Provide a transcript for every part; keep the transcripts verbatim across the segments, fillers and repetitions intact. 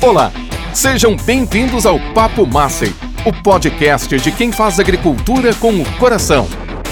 Olá, sejam bem-vindos ao Papo Massey, o podcast de quem faz agricultura com o coração.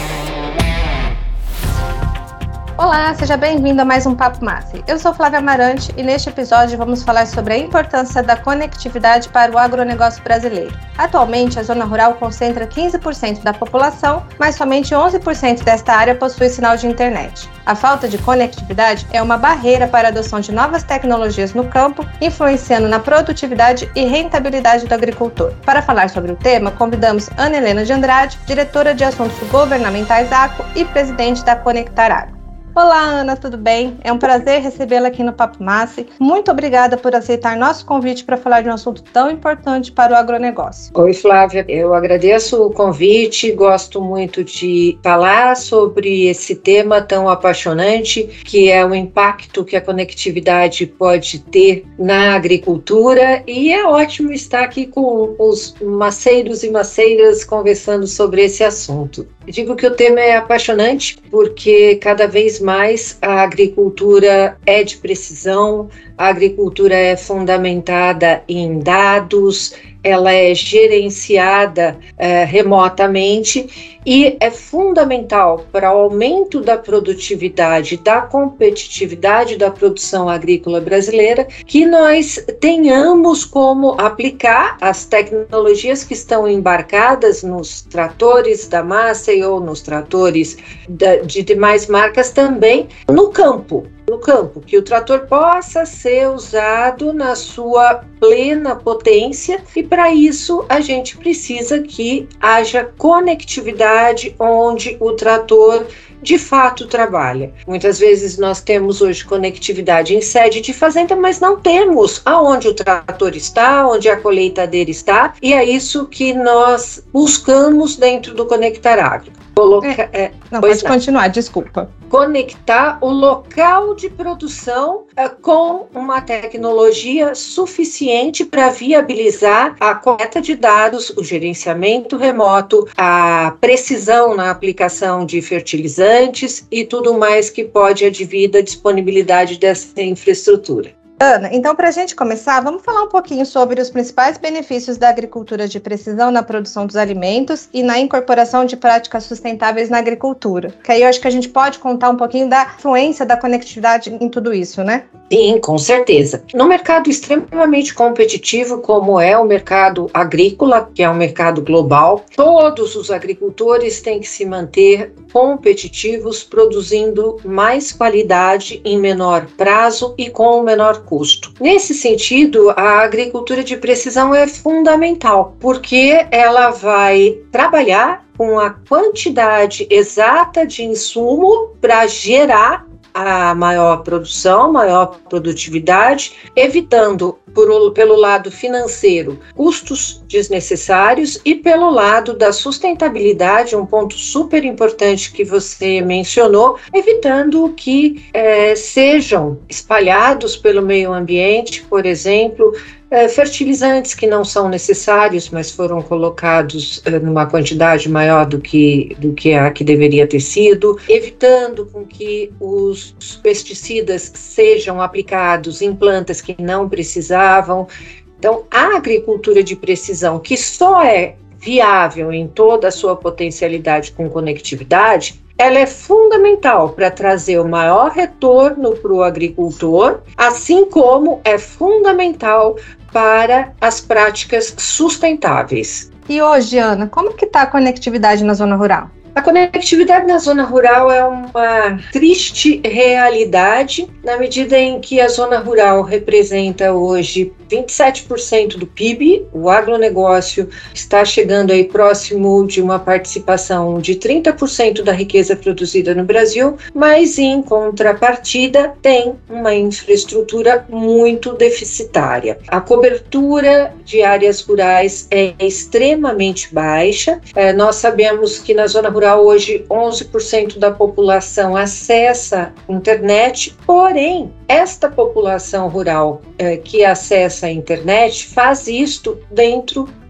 Olá, seja bem-vindo a mais um Papo Massey. Eu sou Flávia Amarante e neste episódio vamos falar sobre a importância da conectividade para o agronegócio brasileiro. Atualmente, a zona rural concentra quinze por cento da população, mas somente onze por cento desta área possui sinal de internet. A falta de conectividade é uma barreira para a adoção de novas tecnologias no campo, influenciando na produtividade e rentabilidade do agricultor. Para falar sobre o tema, convidamos Ana Helena de Andrade, diretora de Assuntos Governamentais A C O e presidente da Conectar Agro. Olá, Ana, tudo bem? É um prazer recebê-la aqui no Papo Massey. Muito obrigada por aceitar nosso convite para falar de um assunto tão importante para o agronegócio. Oi, Flávia. Eu agradeço o convite, gosto muito de falar sobre esse tema tão apaixonante, que é o impacto que a conectividade pode ter na agricultura, e é ótimo estar aqui com os maceiros e maceiras conversando sobre esse assunto. Eu digo que o tema é apaixonante porque cada vez mais a agricultura é de precisão, a agricultura é fundamentada em dados, ela é gerenciada é, remotamente e é fundamental para o aumento da produtividade, da competitividade da produção agrícola brasileira, que nós tenhamos como aplicar as tecnologias que estão embarcadas nos tratores da Massey ou nos tratores da, de demais marcas também no campo. no campo, que o trator possa ser usado na sua plena potência, e para isso a gente precisa que haja conectividade onde o trator de fato trabalha. Muitas vezes nós temos hoje conectividade em sede de fazenda, mas não temos aonde o trator está, onde a colheitadeira está, e é isso que nós buscamos dentro do Conectar Agro. Coloca... É, é, não, pode não. continuar, desculpa. Conectar o local de produção é, com uma tecnologia suficiente para viabilizar a coleta de dados, o gerenciamento remoto, a precisão na aplicação de fertilizantes e tudo mais que pode advir da disponibilidade dessa infraestrutura. Ana, então para a gente começar, vamos falar um pouquinho sobre os principais benefícios da agricultura de precisão na produção dos alimentos e na incorporação de práticas sustentáveis na agricultura. Que aí eu acho que a gente pode contar um pouquinho da influência da conectividade em tudo isso, né? Sim, com certeza. No mercado extremamente competitivo, como é o mercado agrícola, que é um mercado global, todos os agricultores têm que se manter competitivos, produzindo mais qualidade em menor prazo e com menor custo. Nesse sentido, a agricultura de precisão é fundamental, porque ela vai trabalhar com a quantidade exata de insumo para gerar a maior produção, maior produtividade, evitando, por, pelo lado financeiro, custos desnecessários, e pelo lado da sustentabilidade, um ponto super importante que você mencionou, evitando que é, sejam espalhados pelo meio ambiente, por exemplo, É, fertilizantes que não são necessários, mas foram colocados é, numa quantidade maior do que, do que a que deveria ter sido, evitando com que os pesticidas sejam aplicados em plantas que não precisavam. Então, a agricultura de precisão, que só é viável em toda a sua potencialidade com conectividade, ela é fundamental para trazer o maior retorno para o agricultor, assim como é fundamental para as práticas sustentáveis. E hoje, Ana, como que está a conectividade na zona rural? A conectividade na zona rural é uma triste realidade, na medida em que a zona rural representa hoje vinte e sete por cento do P I B, o agronegócio está chegando aí próximo de uma participação de trinta por cento da riqueza produzida no Brasil, mas em contrapartida tem uma infraestrutura muito deficitária. A cobertura de áreas rurais é extremamente baixa. É, nós sabemos que na zona rural hoje onze por cento da população acessa internet, porém esta população rural é, que acessa a internet faz isto dentro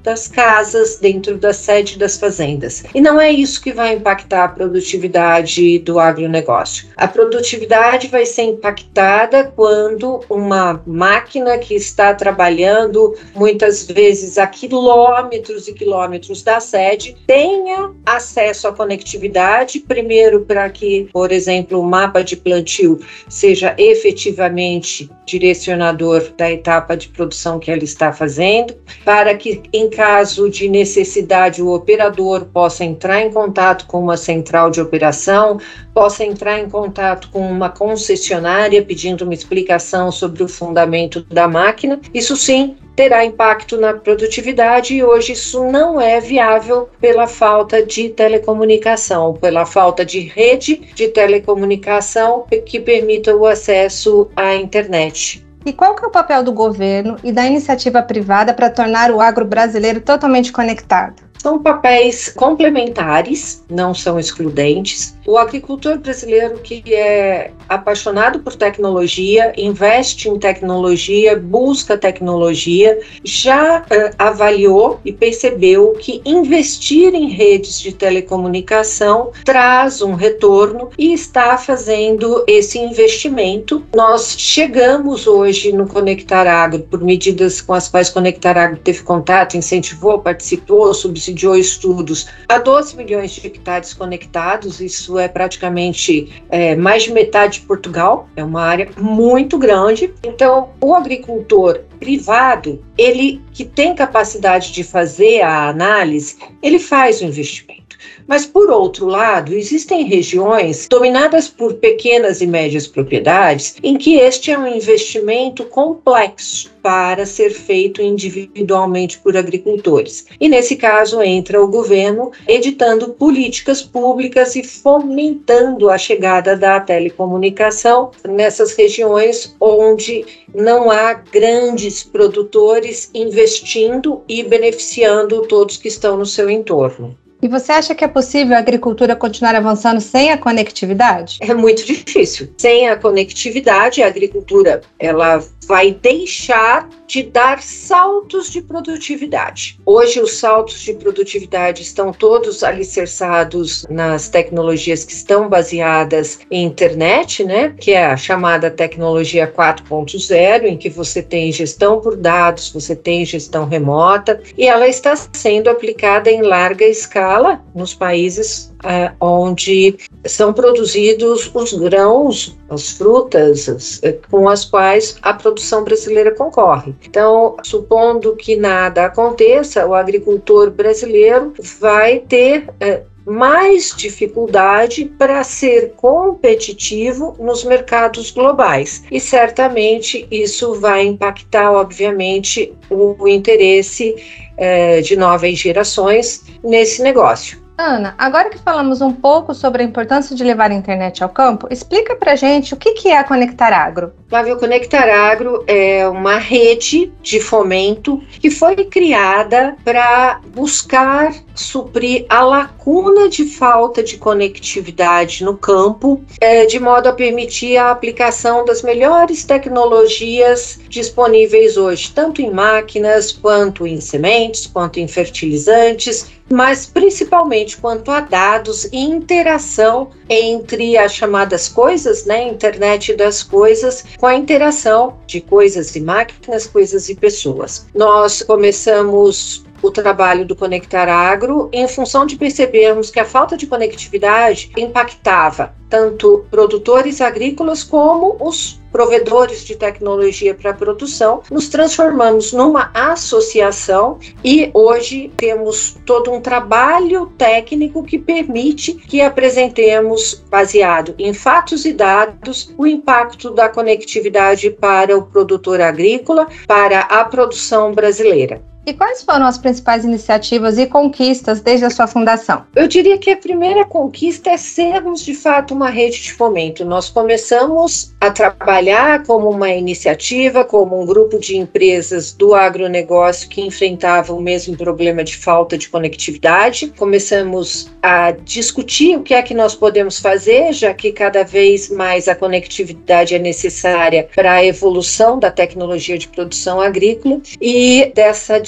das casas, dentro da sede das fazendas. E não é isso que vai impactar a produtividade do agronegócio. A produtividade vai ser impactada quando uma máquina que está trabalhando muitas vezes a quilômetros e quilômetros da sede tenha acesso à conectividade, primeiro para que, por exemplo, o mapa de plantio seja efetivamente direcionador da etapa de produção que ela está fazendo, para que, em caso de necessidade, o operador possa entrar em contato com uma central de operação, possa entrar em contato com uma concessionária pedindo uma explicação sobre o fundamento da máquina. Isso sim terá impacto na produtividade e hoje isso não é viável pela falta de telecomunicação, pela falta de rede de telecomunicação que permita o acesso à internet. E qual que é o papel do governo e da iniciativa privada para tornar o agro brasileiro totalmente conectado? São papéis complementares, não são excludentes. O agricultor brasileiro que é apaixonado por tecnologia, investe em tecnologia, busca tecnologia, já uh, avaliou e percebeu que investir em redes de telecomunicação traz um retorno e está fazendo esse investimento. Nós chegamos hoje no Conectar Agro, por medidas com as quais Conectar Agro teve contato, incentivou, participou, subsidiou, subsidiou estudos a doze milhões de hectares conectados. Isso é praticamente é, mais de metade de Portugal, é uma área muito grande. Então, o agricultor privado, ele que tem capacidade de fazer a análise, ele faz o investimento. Mas, por outro lado, existem regiões dominadas por pequenas e médias propriedades em que este é um investimento complexo para ser feito individualmente por agricultores. E, nesse caso, entra o governo editando políticas públicas e fomentando a chegada da telecomunicação nessas regiões onde não há grandes produtores investindo e beneficiando todos que estão no seu entorno. E você acha que é possível a agricultura continuar avançando sem a conectividade? É muito difícil. Sem a conectividade, a agricultura ela vai deixar de dar saltos de produtividade. Hoje, os saltos de produtividade estão todos alicerçados nas tecnologias que estão baseadas em internet, né? Que é a chamada tecnologia quatro ponto zero, em que você tem gestão por dados, você tem gestão remota, e ela está sendo aplicada em larga escala nos países é, onde são produzidos os grãos, as frutas as, com as quais a produção brasileira concorre. Então, supondo que nada aconteça, o agricultor brasileiro vai ter é, mais dificuldade para ser competitivo nos mercados globais. E certamente isso vai impactar, obviamente, o, o interesse é, de novas gerações nesse negócio. Ana, agora que falamos um pouco sobre a importância de levar a internet ao campo, explica pra gente o que é a Conectar Agro. Flávio, Conectar Agro é uma rede de fomento que foi criada para buscar suprir a lacuna de falta de conectividade no campo, é, de modo a permitir a aplicação das melhores tecnologias disponíveis hoje, tanto em máquinas, quanto em sementes, quanto em fertilizantes, mas principalmente quanto a dados e interação entre as chamadas coisas, né, internet das coisas, com a interação de coisas e máquinas, coisas e pessoas. Nós começamos o trabalho do Conectar Agro em função de percebermos que a falta de conectividade impactava tanto produtores agrícolas como os provedores de tecnologia para a produção. Nos transformamos numa associação e hoje temos todo um trabalho técnico que permite que apresentemos, baseado em fatos e dados, o impacto da conectividade para o produtor agrícola, para a produção brasileira. E quais foram as principais iniciativas e conquistas desde a sua fundação? Eu diria que a primeira conquista é sermos, de fato, uma rede de fomento. Nós começamos a trabalhar como uma iniciativa, como um grupo de empresas do agronegócio que enfrentavam o mesmo problema de falta de conectividade. Começamos a discutir o que é que nós podemos fazer, já que cada vez mais a conectividade é necessária para a evolução da tecnologia de produção agrícola, e dessa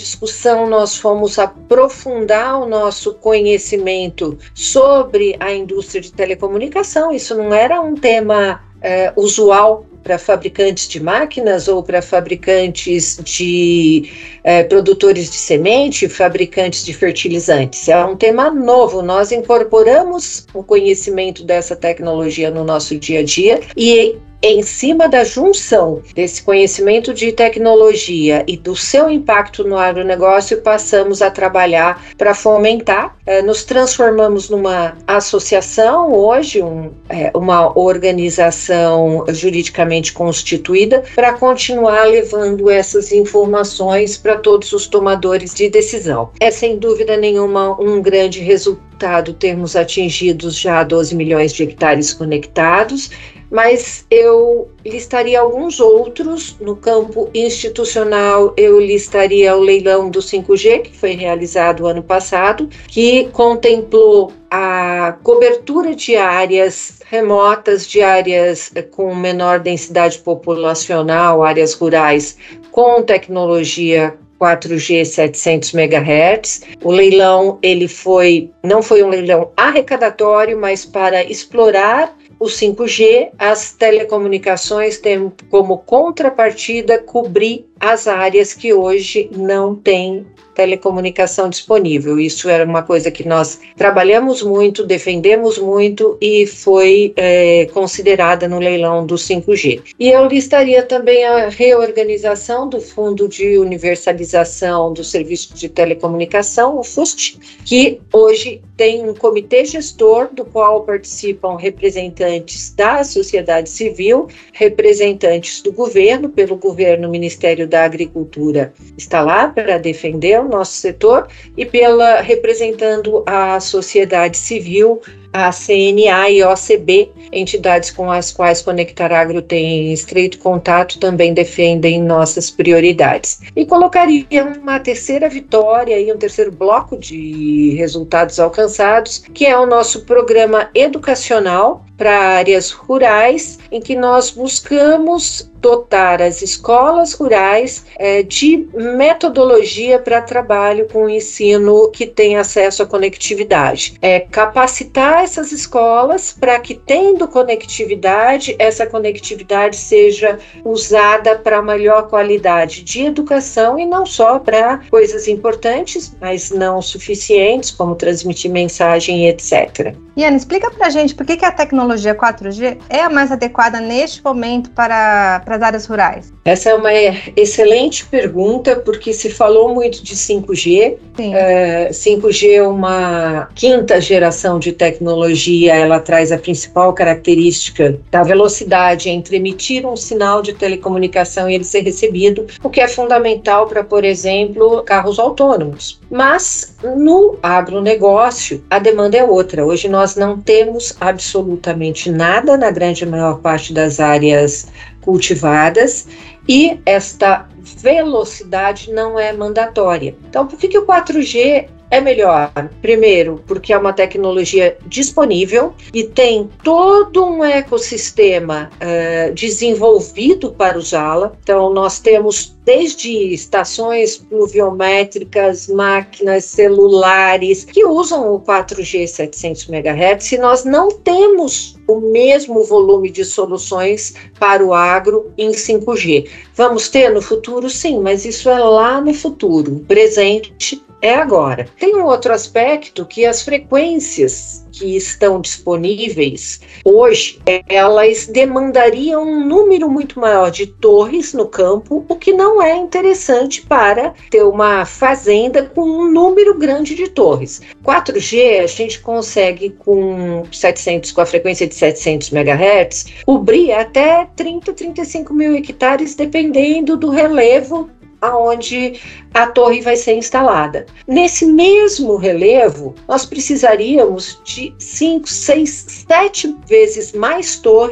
discussão, nós fomos aprofundar o nosso conhecimento sobre a indústria de telecomunicação. Isso não era um tema é, usual para fabricantes de máquinas ou para fabricantes de é, produtores de semente, fabricantes de fertilizantes. É um tema novo, nós incorporamos o conhecimento dessa tecnologia no nosso dia a dia e em cima da junção desse conhecimento de tecnologia e do seu impacto no agronegócio, passamos a trabalhar para fomentar. Eh, nos transformamos numa associação hoje, um, é, uma organização juridicamente constituída, para continuar levando essas informações para todos os tomadores de decisão. É sem dúvida nenhuma um grande resultado termos atingido já doze milhões de hectares conectados, mas eu listaria alguns outros. No campo institucional, eu listaria o leilão do cinco G, que foi realizado ano passado, que contemplou a cobertura de áreas remotas, de áreas com menor densidade populacional, áreas rurais, com tecnologia quatro G setecentos megahertz. O leilão, ele foi, não foi um leilão arrecadatório, mas para explorar o cinco G, as telecomunicações têm como contrapartida cobrir as áreas que hoje não têm telecomunicação disponível. Isso era uma coisa que nós trabalhamos muito, defendemos muito e foi é, considerada no leilão do cinco G. E eu listaria também a reorganização do Fundo de Universalização do Serviço de Telecomunicação, o FUST, que hoje tem um comitê gestor do qual participam representantes da sociedade civil, representantes do governo, pelo governo, o Ministério da Agricultura está lá para defender o nosso setor, e pela representando a sociedade civil, a C N A e O C B, entidades com as quais Conectar Agro tem estreito contato, também defendem nossas prioridades. E colocaria uma terceira vitória e um terceiro bloco de resultados alcançados, que é o nosso programa educacional para áreas rurais, em que nós buscamos dotar as escolas rurais é, de metodologia para trabalho com o ensino que tem acesso à conectividade. É, capacitar essas escolas para que, tendo conectividade, essa conectividade seja usada para maior qualidade de educação e não só para coisas importantes, mas não suficientes, como transmitir mensagem, etcétera. Iane, explica para a gente por que, que a tecnologia quatro G é a mais adequada neste momento para, para as áreas rurais. Essa é uma excelente pergunta, porque se falou muito de cinco G. É, cinco G é uma quinta geração de tecnologia, ela traz a principal característica da velocidade entre emitir um sinal de telecomunicação e ele ser recebido, o que é fundamental para, por exemplo, carros autônomos. Mas no agronegócio a demanda é outra. Hoje nós não temos absolutamente nada na grande maior parte das áreas cultivadas e esta velocidade não é mandatória. Então, por que, que o quatro G é melhor? Primeiro, porque é uma tecnologia disponível e tem todo um ecossistema uh, desenvolvido para usá-la. Então, nós temos desde estações pluviométricas, máquinas celulares que usam o quatro G setecentos megahertz, e nós não temos o mesmo volume de soluções para o agro em cinco G. Vamos ter no futuro? Sim, mas isso é lá no futuro. O presente é agora. Tem um outro aspecto, que as frequências que estão disponíveis hoje, elas demandariam um número muito maior de torres no campo, o que não é interessante para ter uma fazenda com um número grande de torres. quatro G a gente consegue com setecentos, com a frequência de setecentos megahertz, cobrir até trinta, trinta e cinco mil hectares, dependendo do relevo aonde a torre vai ser instalada. Nesse mesmo relevo, nós precisaríamos de cinco, seis, sete vezes mais torres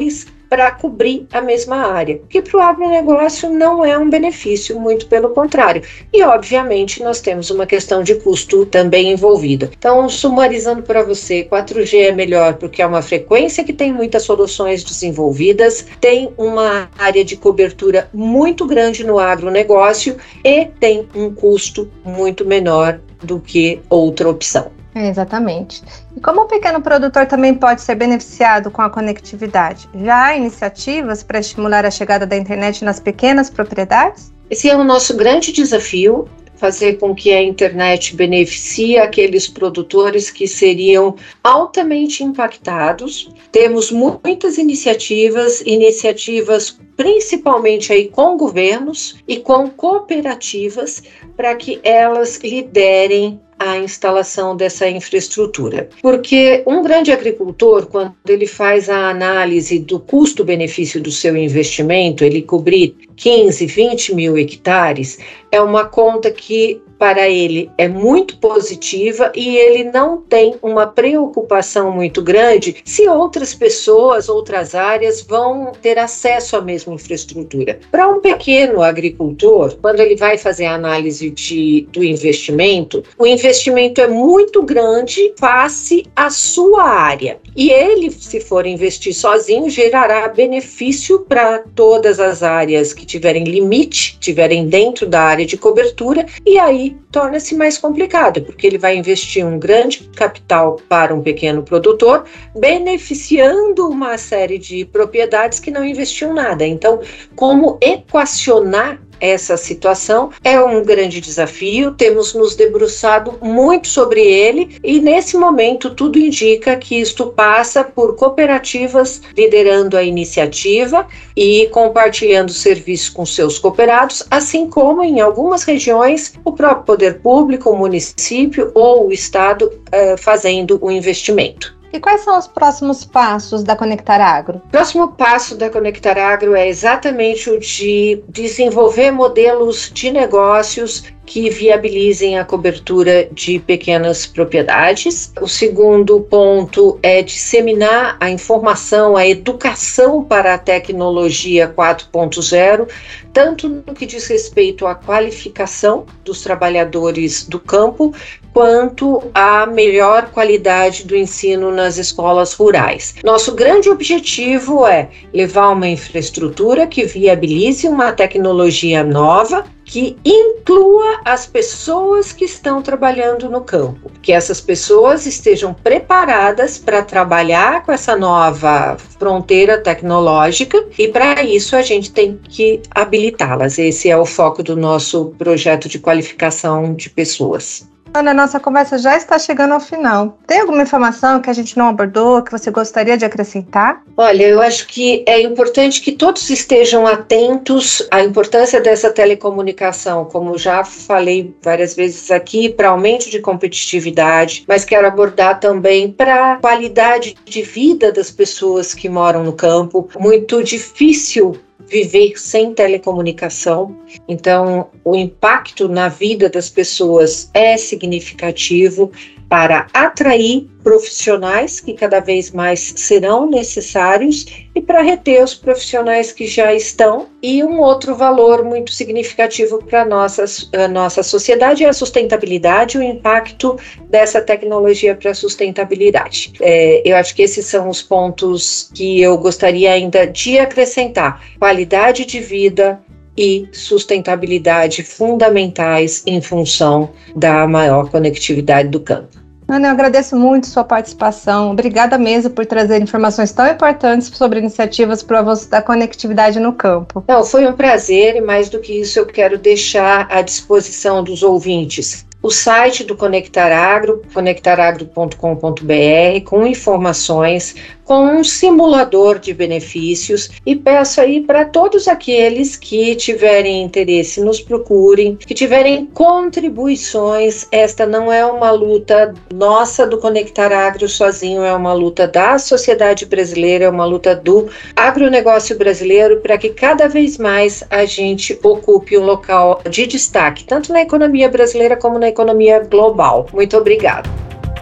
para cobrir a mesma área, que para o agronegócio não é um benefício, muito pelo contrário. E, obviamente, nós temos uma questão de custo também envolvida. Então, sumarizando para você, quatro G é melhor porque é uma frequência que tem muitas soluções desenvolvidas, tem uma área de cobertura muito grande no agronegócio e tem um custo muito menor do que outra opção. É, exatamente. E como o pequeno produtor também pode ser beneficiado com a conectividade? Já há iniciativas para estimular a chegada da internet nas pequenas propriedades? Esse é o nosso grande desafio, fazer com que a internet beneficie aqueles produtores que seriam altamente impactados. Temos muitas iniciativas, iniciativas principalmente aí com governos e com cooperativas, para que elas liderem a instalação dessa infraestrutura. Porque um grande agricultor, quando ele faz a análise do custo-benefício do seu investimento, ele cobrir quinze, vinte mil hectares, é uma conta que para ele é muito positiva e ele não tem uma preocupação muito grande se outras pessoas, outras áreas vão ter acesso à mesma infraestrutura. Para um pequeno agricultor, quando ele vai fazer a análise de, do investimento, o investimento é muito grande face à sua área. E ele, se for investir sozinho, gerará benefício para todas as áreas que tiverem limite, tiverem dentro da área de cobertura, e aí torna-se mais complicado, porque ele vai investir um grande capital para um pequeno produtor, beneficiando uma série de propriedades que não investiam nada. Então, como equacionar essa situação é um grande desafio, temos nos debruçado muito sobre ele e nesse momento tudo indica que isto passa por cooperativas liderando a iniciativa e compartilhando serviços com seus cooperados, assim como em algumas regiões o próprio poder público, o município ou o estado eh, fazendo o investimento. E quais são os próximos passos da Conectar Agro? O próximo passo da Conectar Agro é exatamente o de desenvolver modelos de negócios que viabilizem a cobertura de pequenas propriedades. O segundo ponto é disseminar a informação, a educação para a tecnologia quatro ponto zero, tanto no que diz respeito à qualificação dos trabalhadores do campo, quanto à melhor qualidade do ensino nas escolas rurais. Nosso grande objetivo é levar uma infraestrutura que viabilize uma tecnologia nova, que inclua as pessoas que estão trabalhando no campo, que essas pessoas estejam preparadas para trabalhar com essa nova fronteira tecnológica e para isso a gente tem que habilitá-las. Esse é o foco do nosso projeto de qualificação de pessoas. Ana, nossa conversa já está chegando ao final. Tem alguma informação que a gente não abordou, que você gostaria de acrescentar? Olha, eu acho que é importante que todos estejam atentos à importância dessa telecomunicação, como já falei várias vezes aqui, para aumento de competitividade, mas quero abordar também para a qualidade de vida das pessoas que moram no campo. Muito difícil viver sem telecomunicação, então o impacto na vida das pessoas é significativo para atrair profissionais que cada vez mais serão necessários e para reter os profissionais que já estão. E um outro valor muito significativo para a nossa, a nossa sociedade é a sustentabilidade, o impacto dessa tecnologia para a sustentabilidade. É, eu acho que esses são os pontos que eu gostaria ainda de acrescentar. Qualidade de vida e sustentabilidade fundamentais em função da maior conectividade do campo. Ana, eu agradeço muito sua participação. Obrigada mesmo por trazer informações tão importantes sobre iniciativas para o avanço da conectividade no campo. Não, foi um prazer e mais do que isso eu quero deixar à disposição dos ouvintes o site do Conectar Agro, conectar agro ponto com ponto b r, com informações, com um simulador de benefícios, e peço aí para todos aqueles que tiverem interesse, nos procurem, que tiverem contribuições. Esta não é uma luta nossa do Conectar Agro sozinho, é uma luta da sociedade brasileira, é uma luta do agronegócio brasileiro para que cada vez mais a gente ocupe um local de destaque, tanto na economia brasileira como na economia global. Muito obrigada.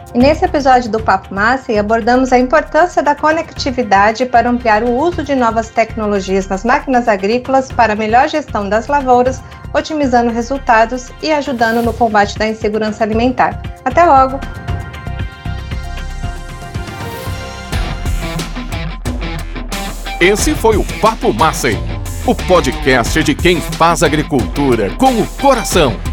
E nesse episódio do Papo Massey abordamos a importância da conectividade para ampliar o uso de novas tecnologias nas máquinas agrícolas para a melhor gestão das lavouras, otimizando resultados e ajudando no combate da insegurança alimentar. Até logo! Esse foi o Papo Massey, o podcast de quem faz agricultura com o coração.